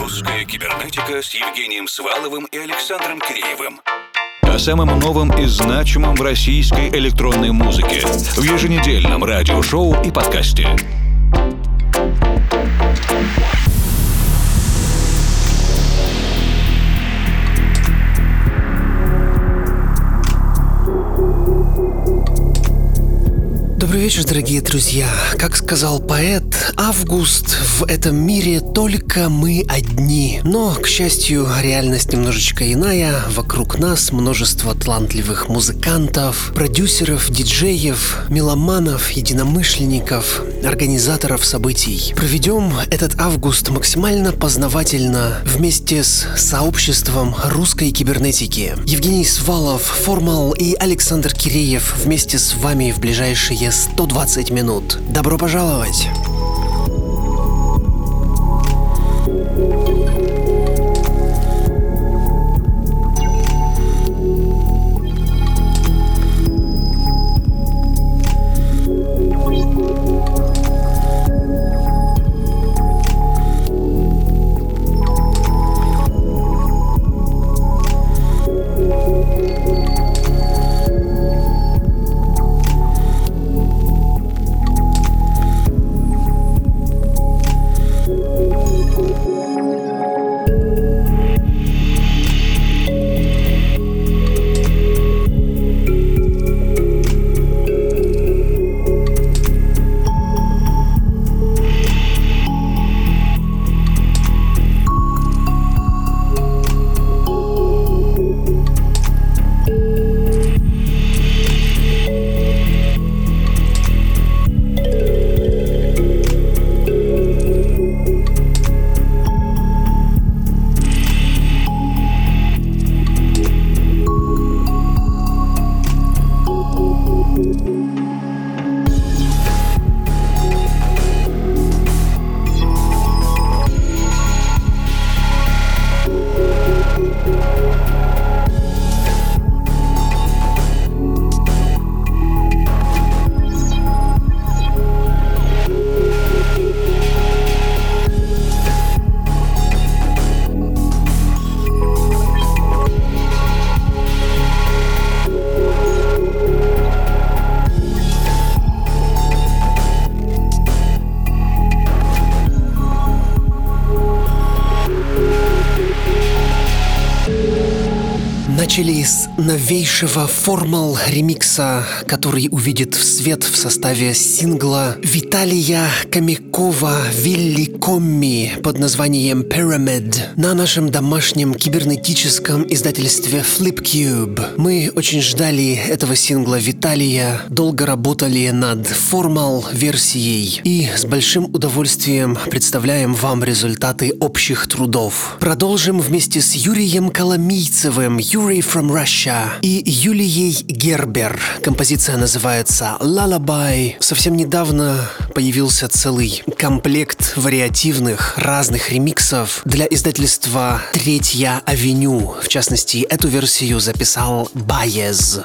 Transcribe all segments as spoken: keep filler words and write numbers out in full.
Русская кибернетика с Евгением Сваловым и Александром Киреевым. О самом новом и значимом в российской электронной музыке в еженедельном радиошоу и подкасте. Добрый вечер, дорогие друзья. Как сказал поэт, август в этом мире только мы одни. Но, к счастью, реальность немножечко иная. Вокруг нас множество талантливых музыкантов, продюсеров, диджеев, меломанов, единомышленников, организаторов событий. Проведем этот август максимально познавательно вместе с сообществом русской кибернетики. Евгений Свалов, Формал и Александр Киреев вместе с вами в ближайшие сто двадцать минут. Добро пожаловать! Начали с новейшего формал ремикса, который увидит в свет в составе сингла Виталия Комякова Вилли Комми под названием Pyramid на нашем домашнем кибернетическом издательстве Flipcube. Мы очень ждали этого сингла Виталия, долго работали над формал версией и с большим удовольствием представляем вам результаты общих трудов. Продолжим вместе с Юрием Коломийцевым, Юрий from Russia и Юлией Гербер. Композиция называется Lullaby. Совсем недавно появился целый комплект вариативных разных ремиксов для издательства Третья Авеню. В частности, эту версию записал Baez.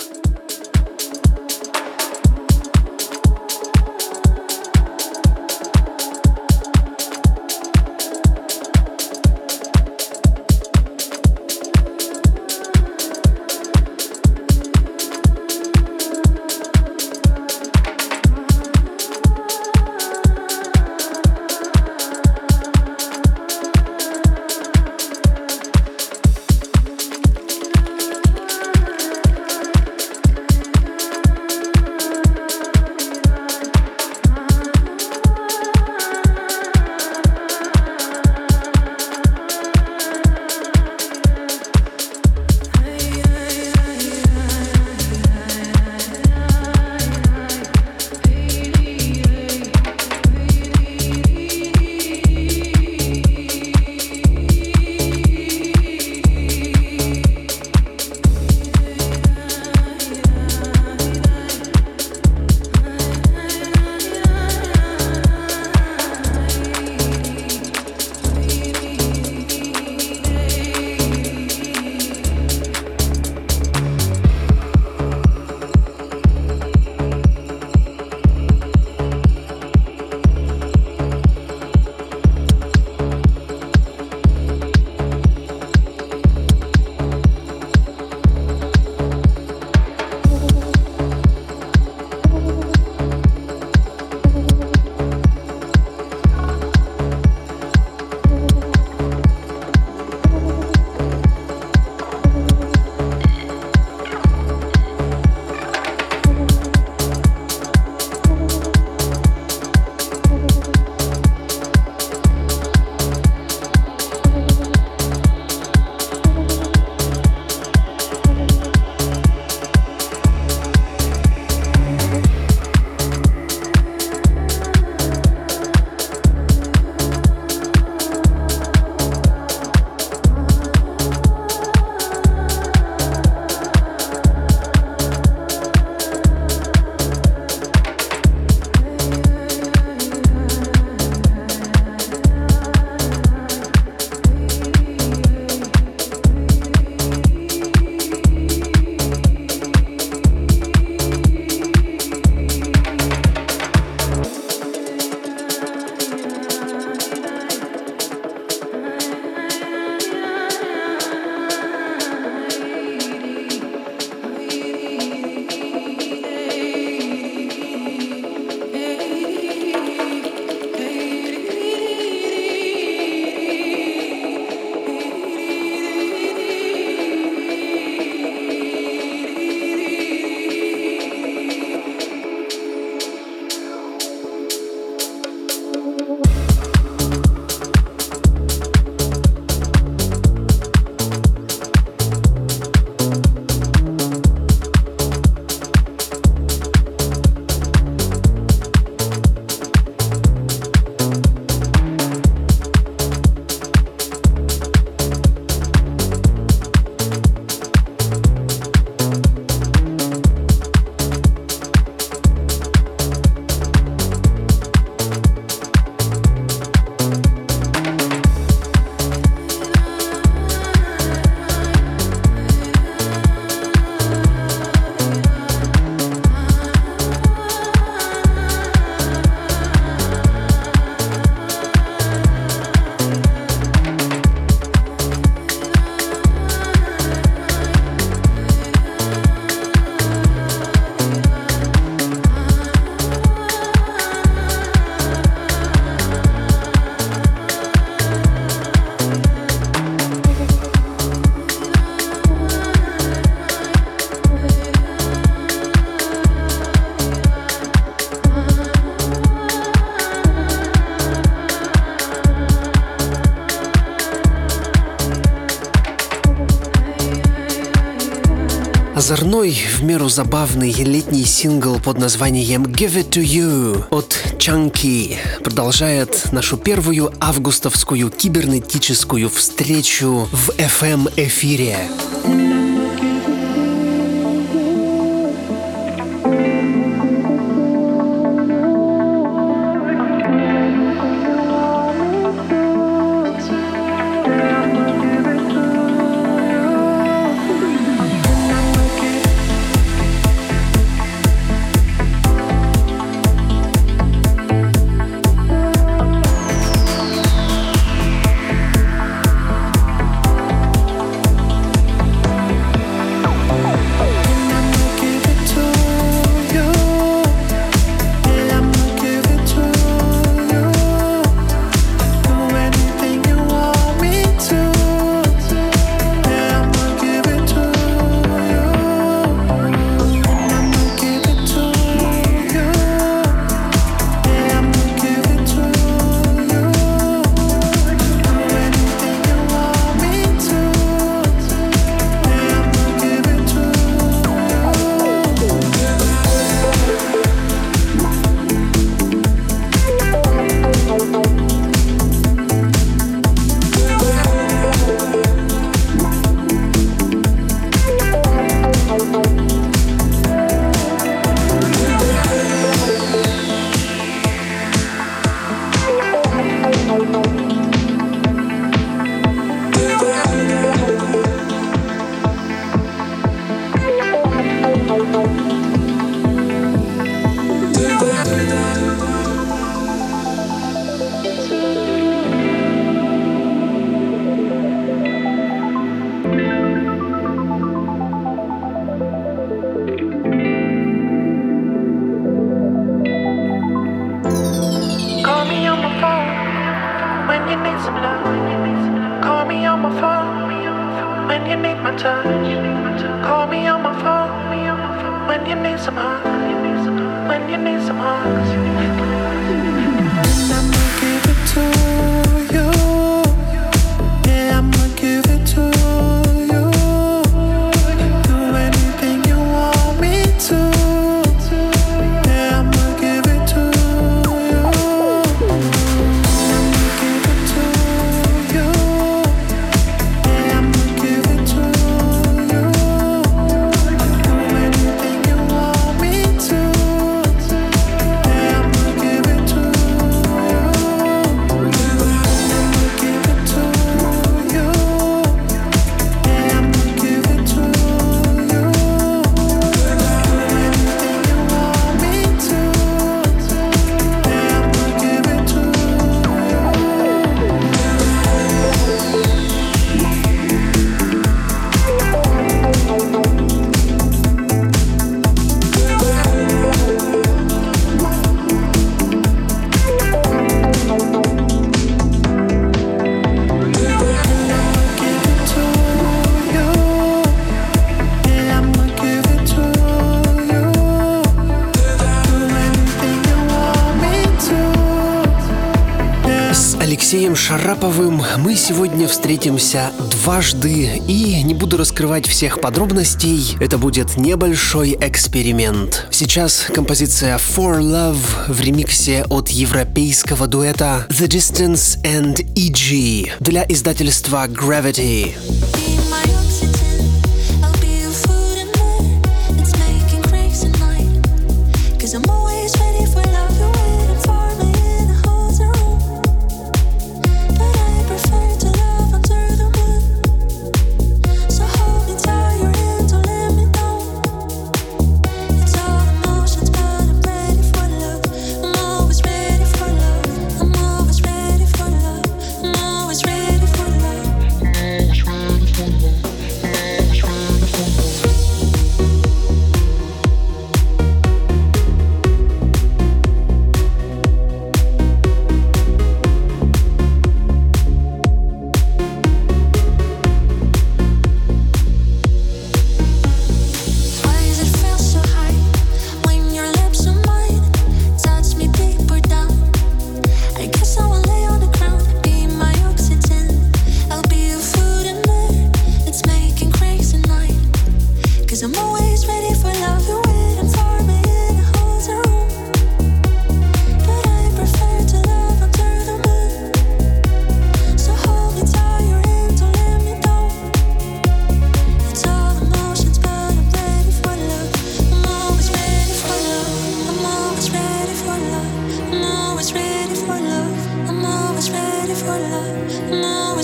Озорной, в меру забавный летний сингл под названием «Give It To You» от Chunky продолжает нашу первую августовскую кибернетическую встречу в эф эм-эфире. Алексеем Шараповым мы сегодня встретимся дважды, и не буду раскрывать всех подробностей, это будет небольшой эксперимент. Сейчас композиция For Love в ремиксе от европейского дуэта The Distance and и джи для издательства Gravity. Ready for love.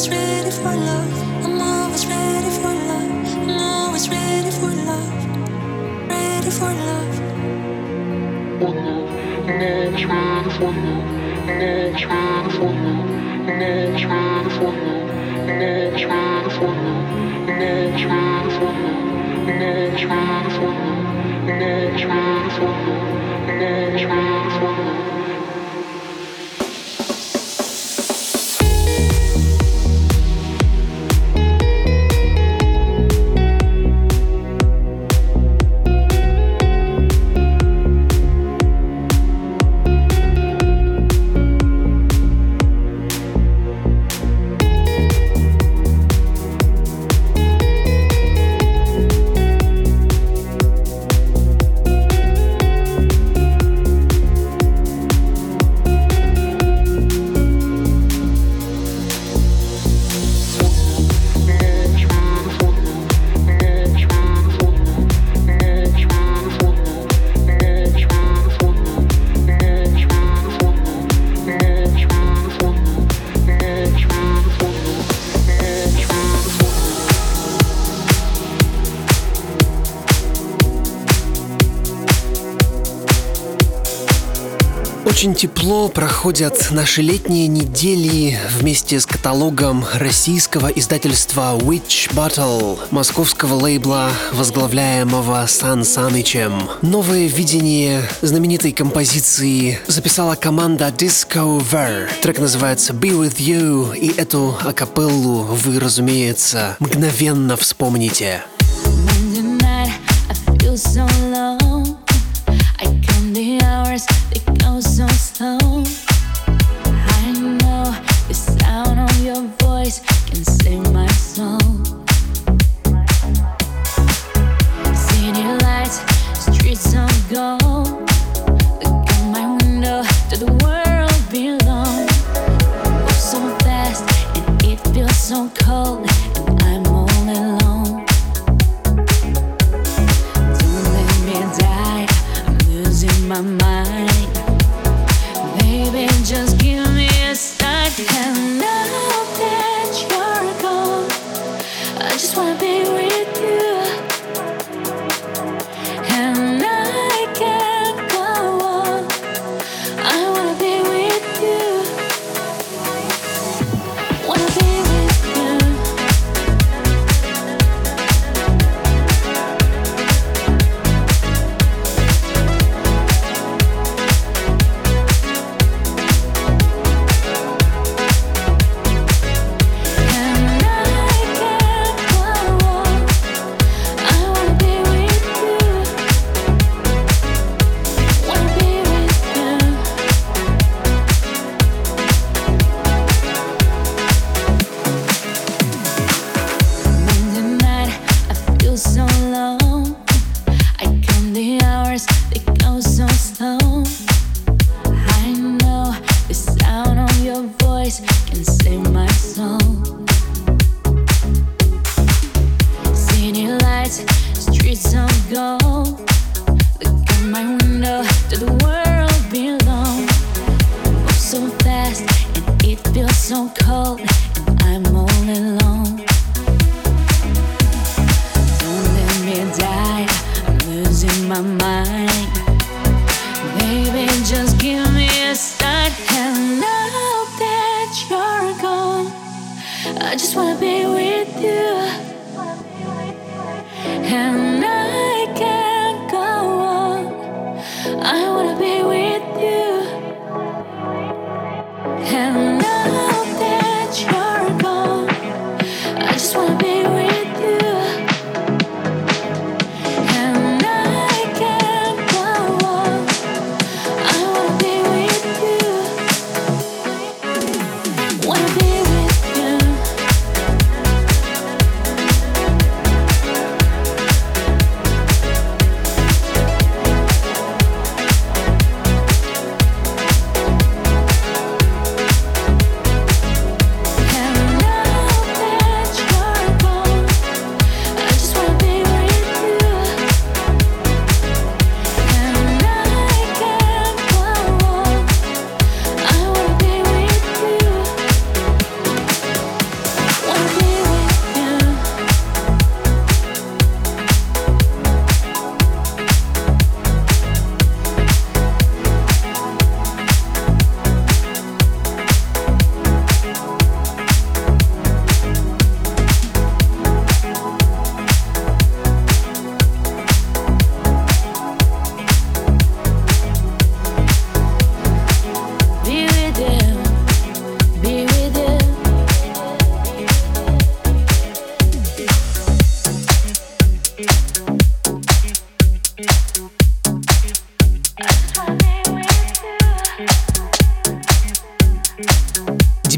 always ready for love. I'm always ready for love. I'm always ready for love. Ready for love. For love. I'm always ready for love. I'm always ready for love. I'm always ready for love. I'm always ready for love. I'm always ready for love. I'm always ready for love. I'm always ready for love. I'm always ready for love. Очень тепло проходят наши летние недели вместе с каталогом российского издательства Witch Bottle, московского лейбла, возглавляемого Сан Санычем. Новое видение знаменитой композиции записала команда Discover. Трек называется Be With You, и эту акапеллу вы, разумеется, мгновенно вспомните. The hours, they go so slow. I know the sound of your voice can save my soul. City lights, streets of gold. Look out my window, to the world belong. Move so fast and it feels so cold, and I'm all alone. Don't let me die, losing my mind. Baby, just give me a start. And now that you're gone, I just wanna be with you. And I can't go on, I wanna be with you. Wanna be with you.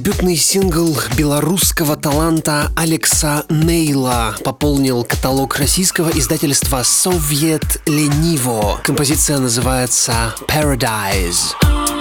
Дебютный сингл белорусского таланта Алекса Нейла пополнил каталог российского издательства Soviet Lenivo. Композиция называется Paradise.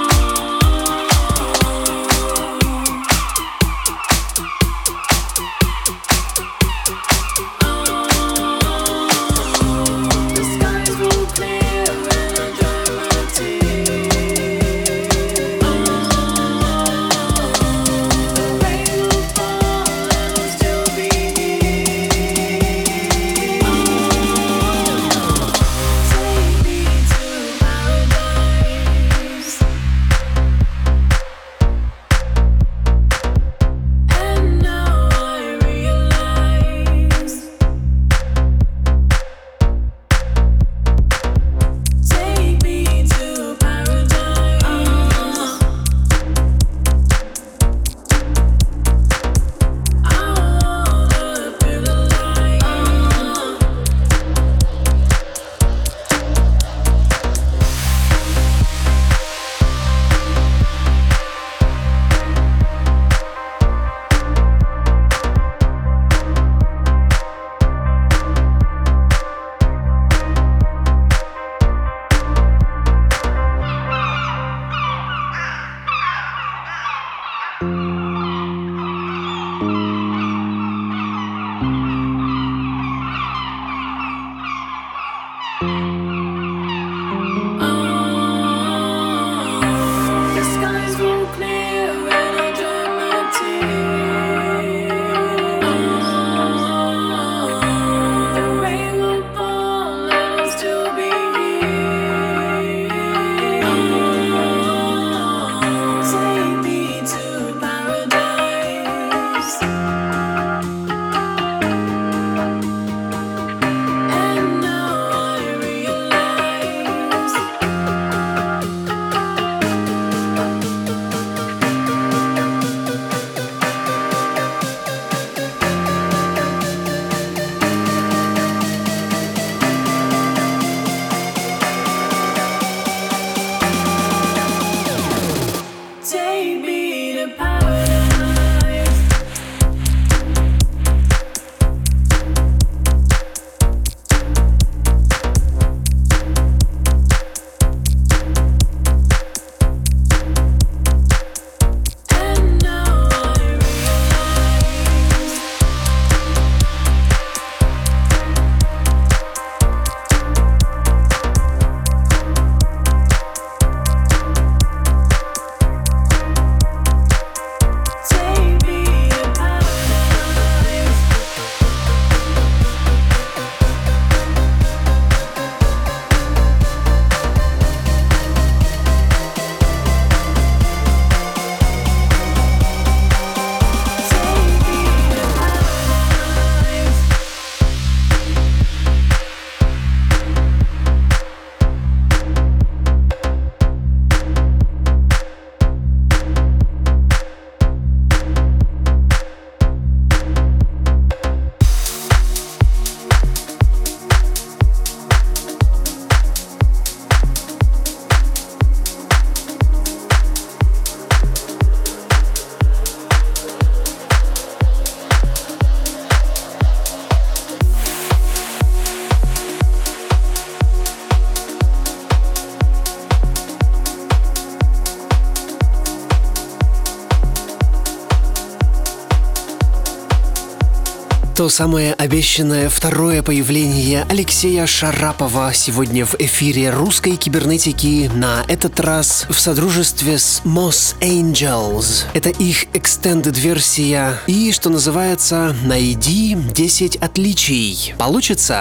То самое обещанное второе появление Алексея Шарапова сегодня в эфире русской кибернетики, на этот раз в содружестве с Moss Angels. Это их extended-версия и, что называется, «Найди десять отличий». Получится?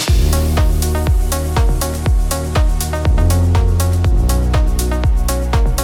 Ready for love.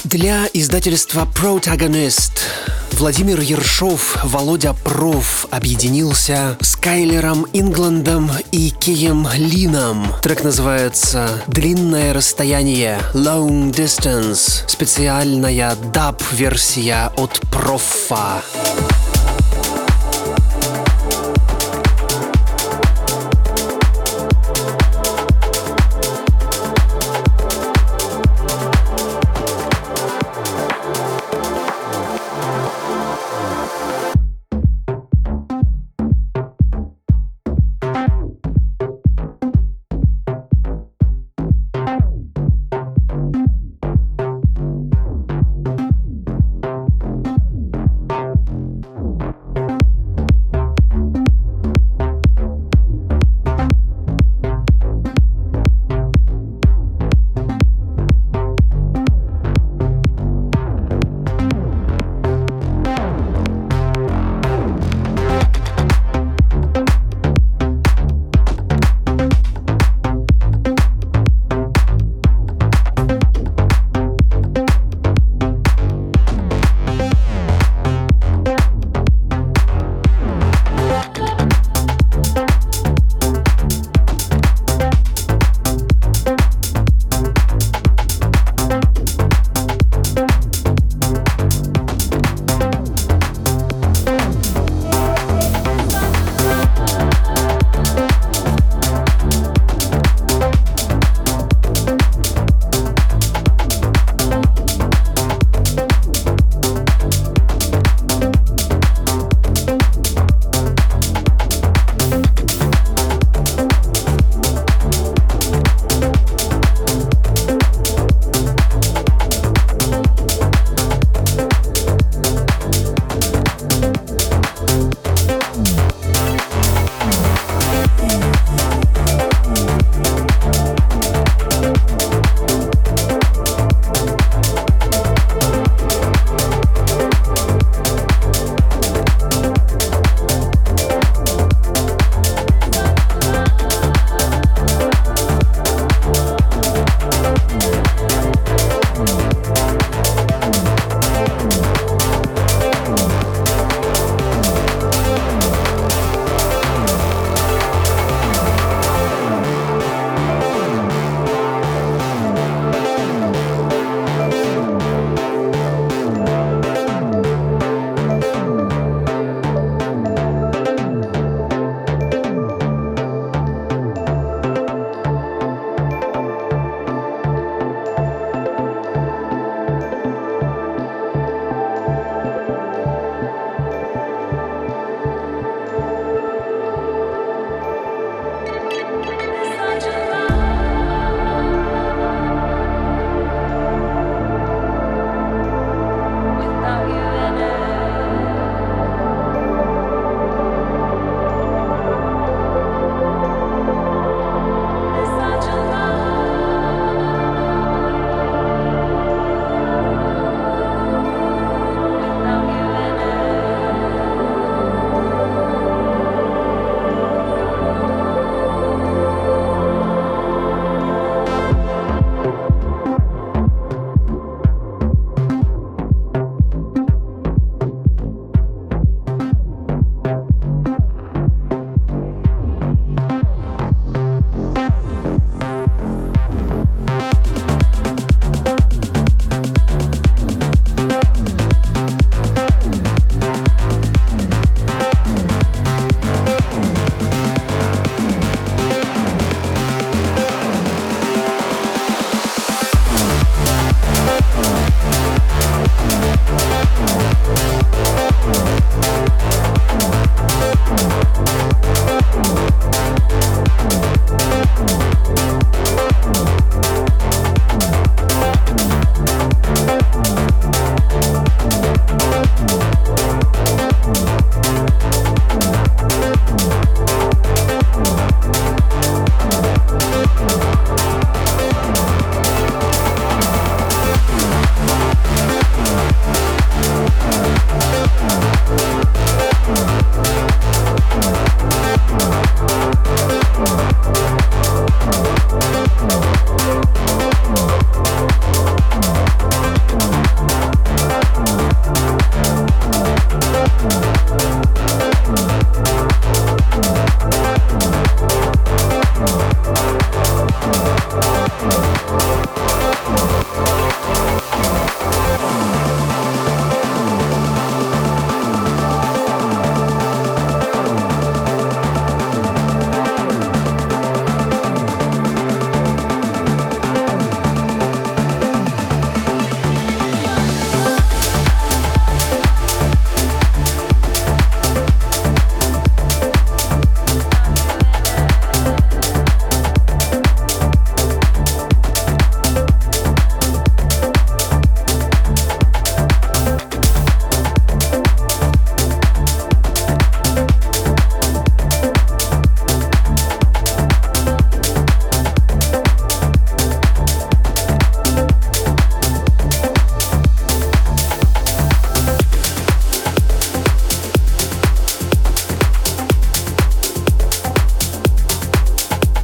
Для издательства Protagonist Владимир Ершов, Володя Проф объединился с Кайлером Ингландом и Кеем Лином. Трек называется «Длинное расстояние» Long Distance. Специальная даб-версия от Профа.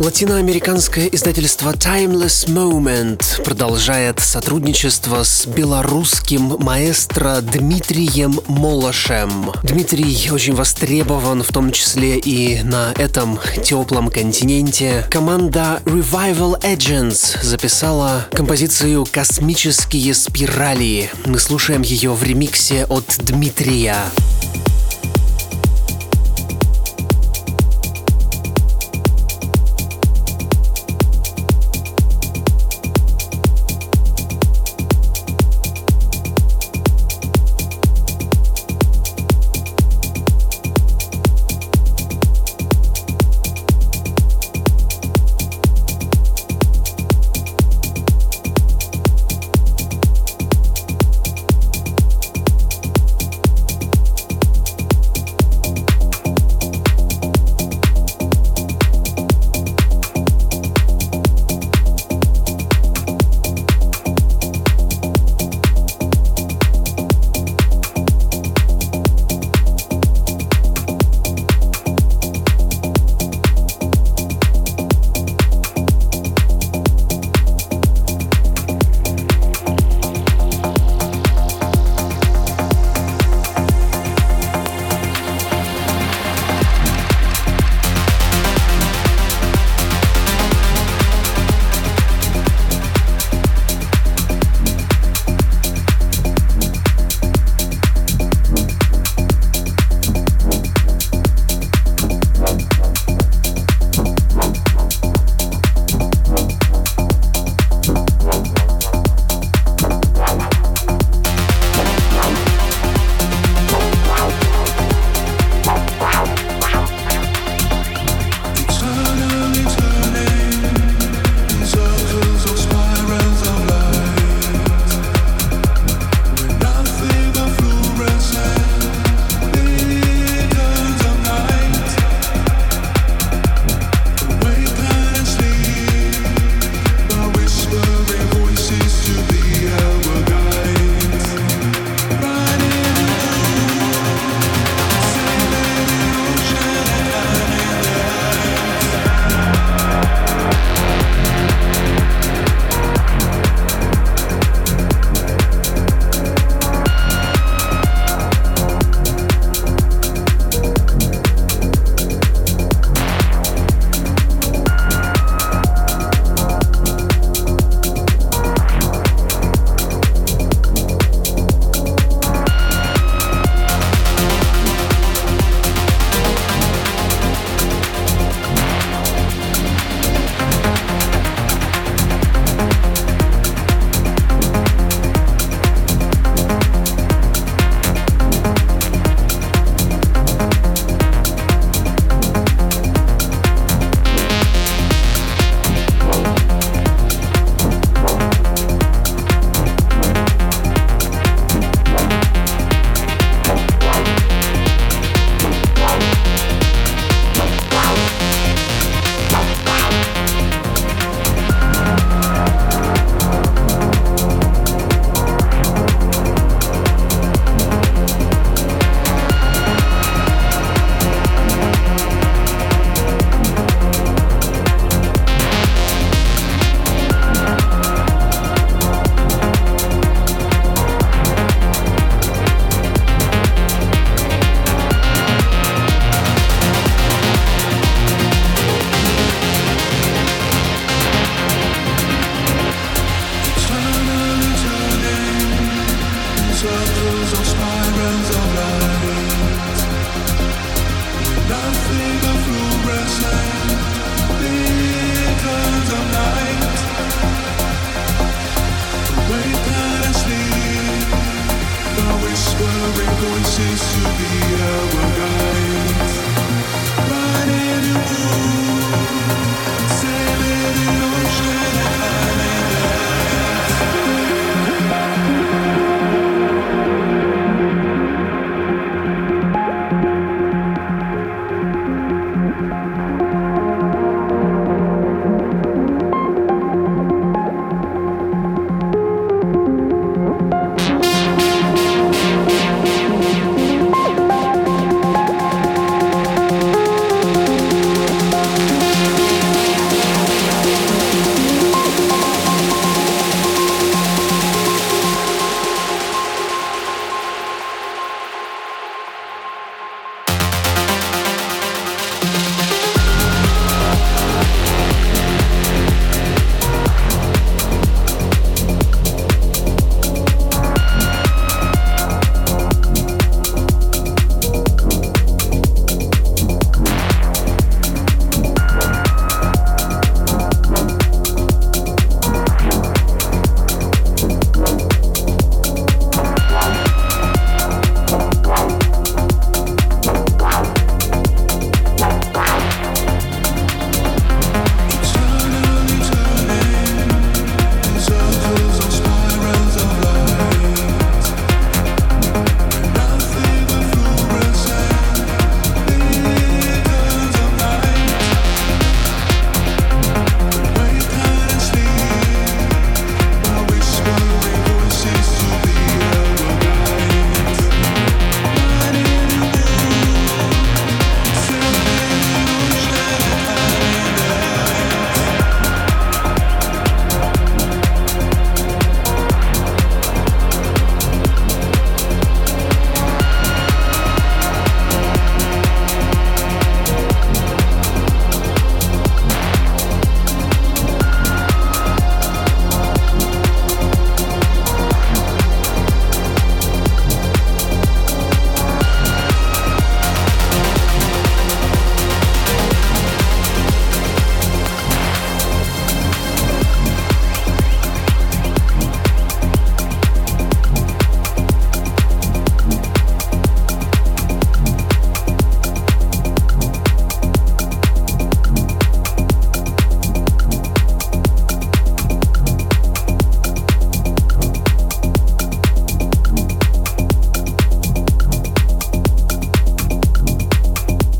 Латиноамериканское издательство Timeless Moment продолжает сотрудничество с белорусским маэстро Дмитрием Молошем. Дмитрий очень востребован, в том числе и на этом теплом континенте. Команда Revival Agents записала композицию «Космические спирали». Мы слушаем ее в ремиксе от Дмитрия.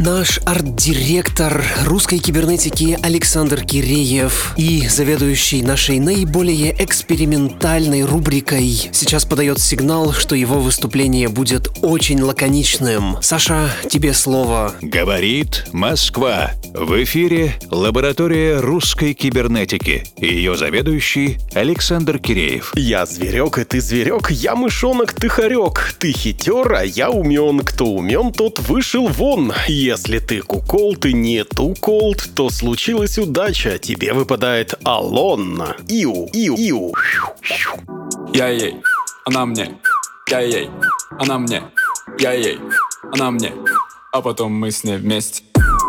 Наш арт-директор русской кибернетики Александр Киреев и заведующий нашей наиболее экспериментальной рубрикой сейчас подает сигнал, что его выступление будет очень лаконичным. Саша, тебе слово. Говорит Москва. В эфире лаборатория русской кибернетики. Ее заведующий Александр Киреев. Я зверек, и ты зверек, я мышонок, ты хорек. Ты хитер, а я умен. Кто умен, тот вышел вон. Если ты кукол, ты не туколд, то случилась удача. Тебе выпадает Алон. Иу, иу, иу. Я ей, она мне. Я ей, она мне. Я ей, она мне. А потом мы с ней вместе.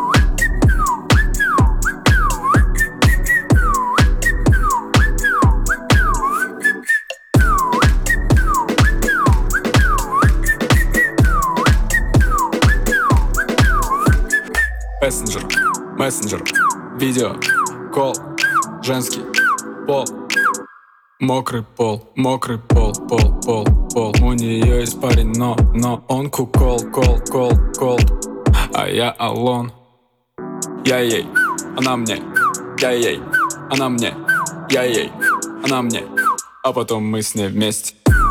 Мессенджер, мессенджер, видео, кол, женский пол, мокрый пол, мокрый пол, пол, пол, пол. У нее есть парень, но, но он кукол, кол, кол, кол, а я Алон. Я ей, она мне, я ей, она мне, я ей, она мне, а потом мы с ней вместе.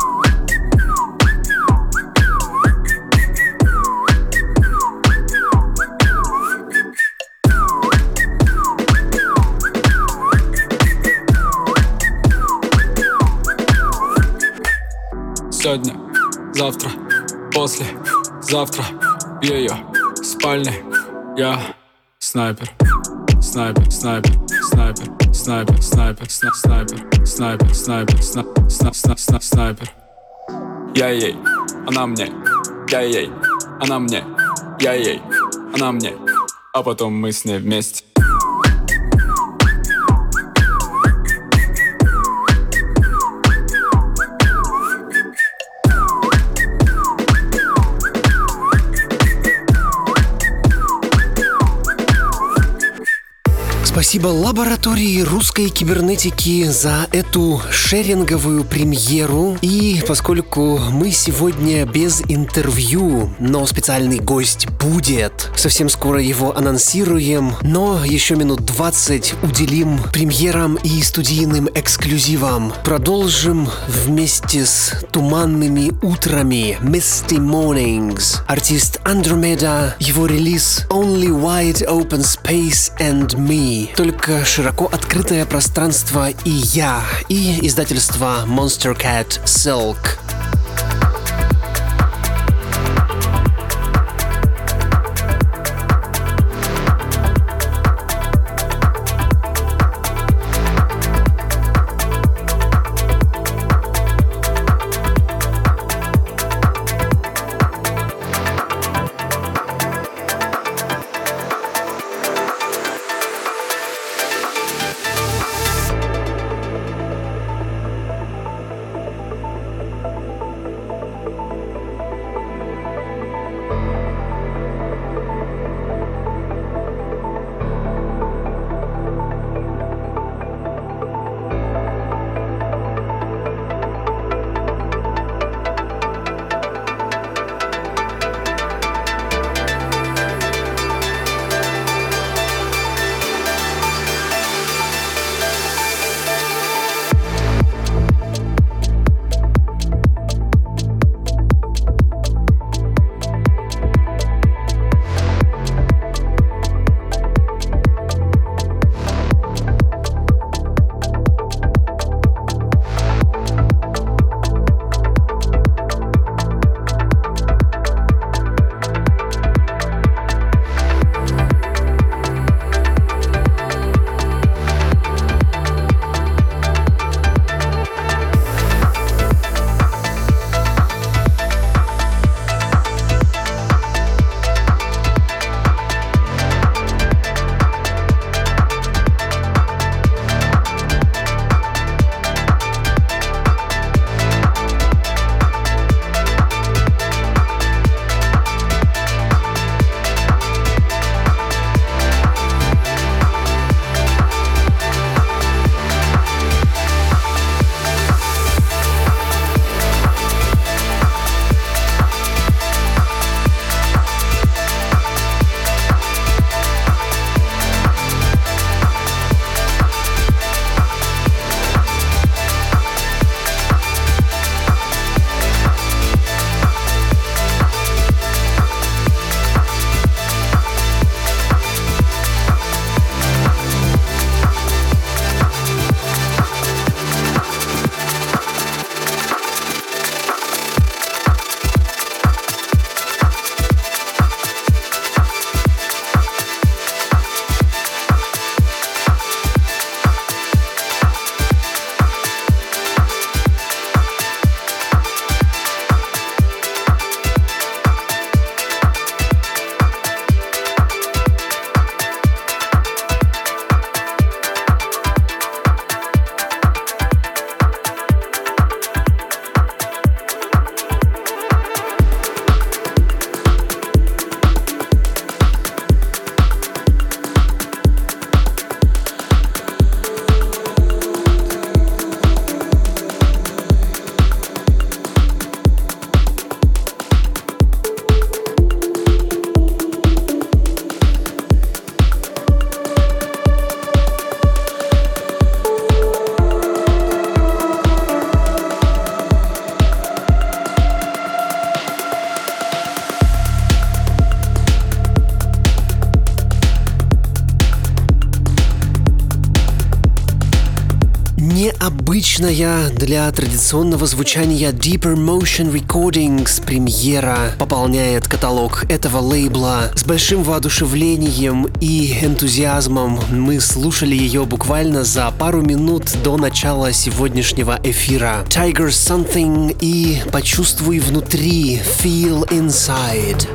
Сегодня, завтра, после, завтра, в ее спальне я снайпер, снайпер, снайпер, снайпер, снайпер, снайпер, сна- снайпер, снайпер, снайпер, сна- сна- сна- сна- снайпер. Я ей, она мне, я ей, она мне, я ей, она мне, а потом мы с ней вместе. Спасибо лаборатории русской кибернетики за эту шеринговую премьеру. И поскольку мы сегодня без интервью, но специальный гость будет, совсем скоро его анонсируем, но еще минут двадцать уделим премьерам и студийным эксклюзивам. Продолжим вместе с туманными утрами Misty Mornings. Артист Andromeda, его релиз Only Wide Open Space and Me. Только широко открытое пространство и я, и издательство Monster Cat Silk. Типичная для традиционного звучания Deeper Motion Recordings премьера пополняет каталог этого лейбла. С большим воодушевлением и энтузиазмом мы слушали ее буквально за пару минут до начала сегодняшнего эфира. Tiger Something и «Почувствуй внутри», Feel Inside.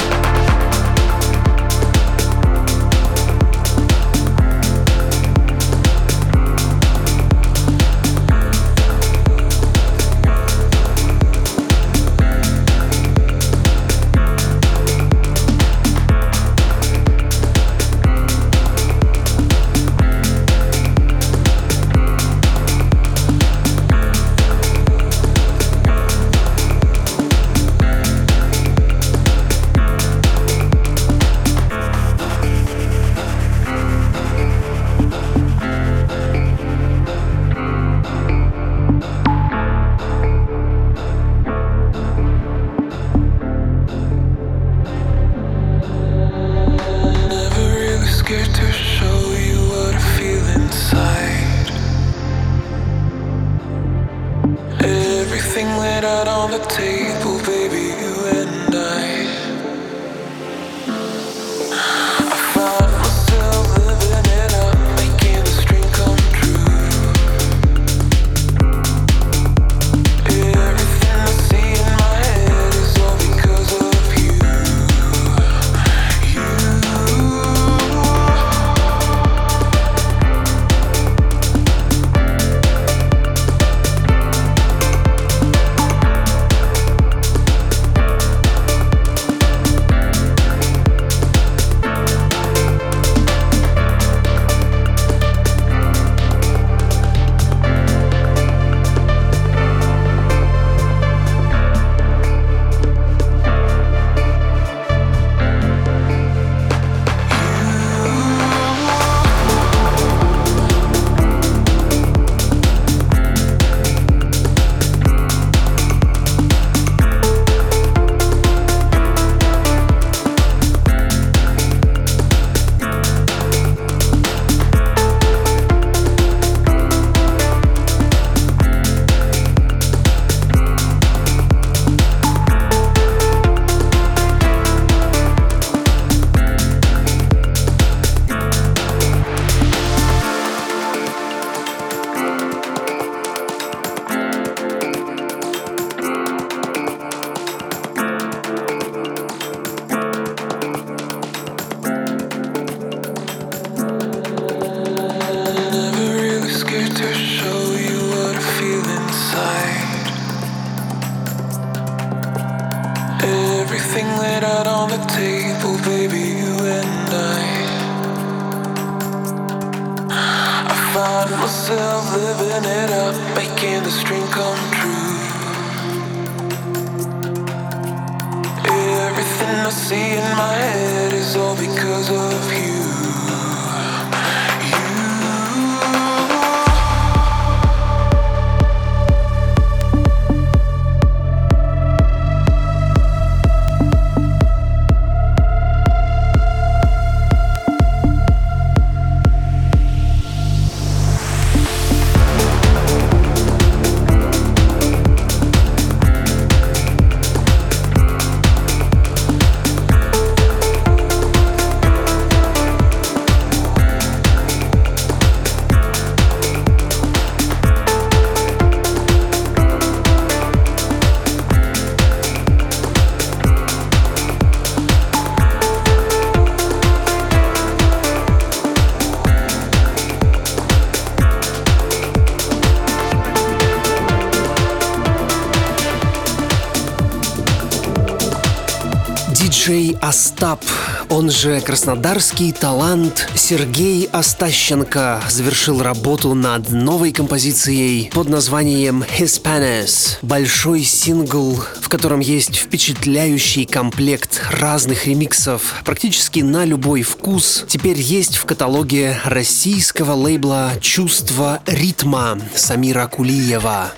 диджей Остап, он же краснодарский талант Сергей Остащенко, завершил работу над новой композицией под названием Hispanes. Большой сингл, в котором есть впечатляющий комплект разных ремиксов, практически на любой вкус, теперь есть в каталоге российского лейбла «Чувство ритма» Самира Кулиева.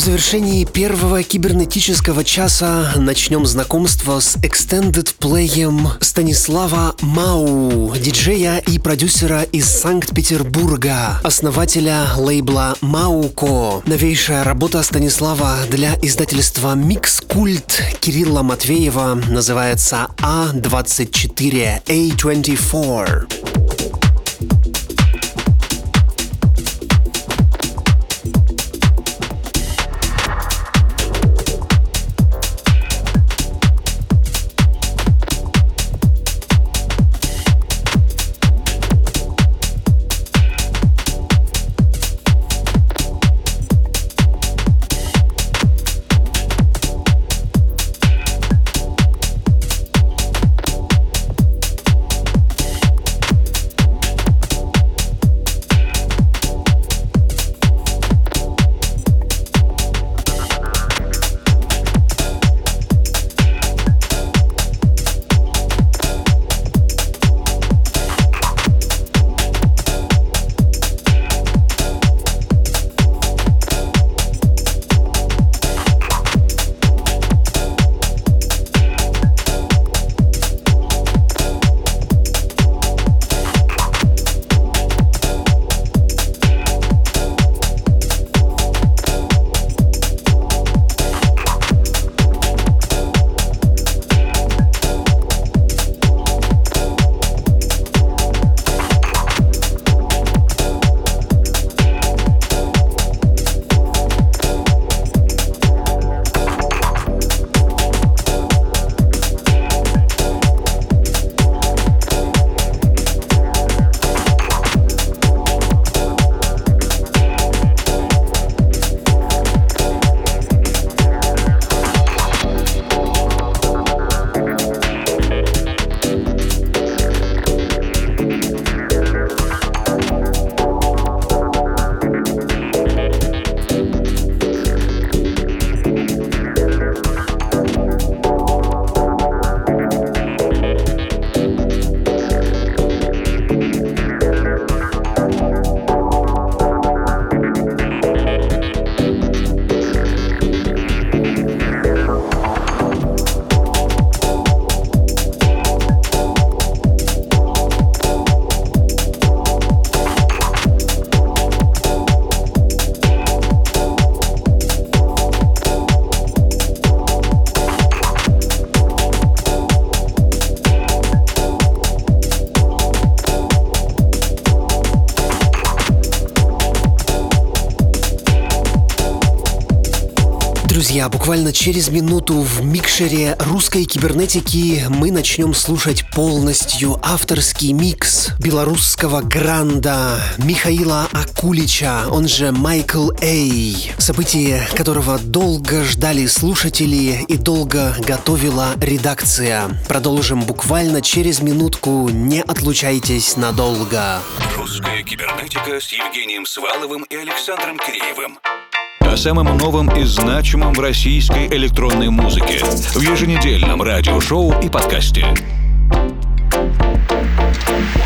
завершении первого кибернетического часа начнем знакомство с экстендед плеем Станислава Мау, диджея и продюсера из Санкт-Петербурга, основателя лейбла Мауко. Новейшая работа Станислава для издательства Микс-Культ Кирилла Матвеева называется А двадцать четыре, А двадцать четыре. Друзья, буквально через минуту в микшере русской кибернетики мы начнем слушать полностью авторский микс белорусского гранда Михаила Акулича, он же Майкл Эй, событие которого долго ждали слушатели и долго готовила редакция. Продолжим буквально через минутку, не отлучайтесь надолго. Русская кибернетика с Евгением Сваловым и Александром Киреевым. О самом новом и значимом в российской электронной музыке в еженедельном радиошоу и подкасте.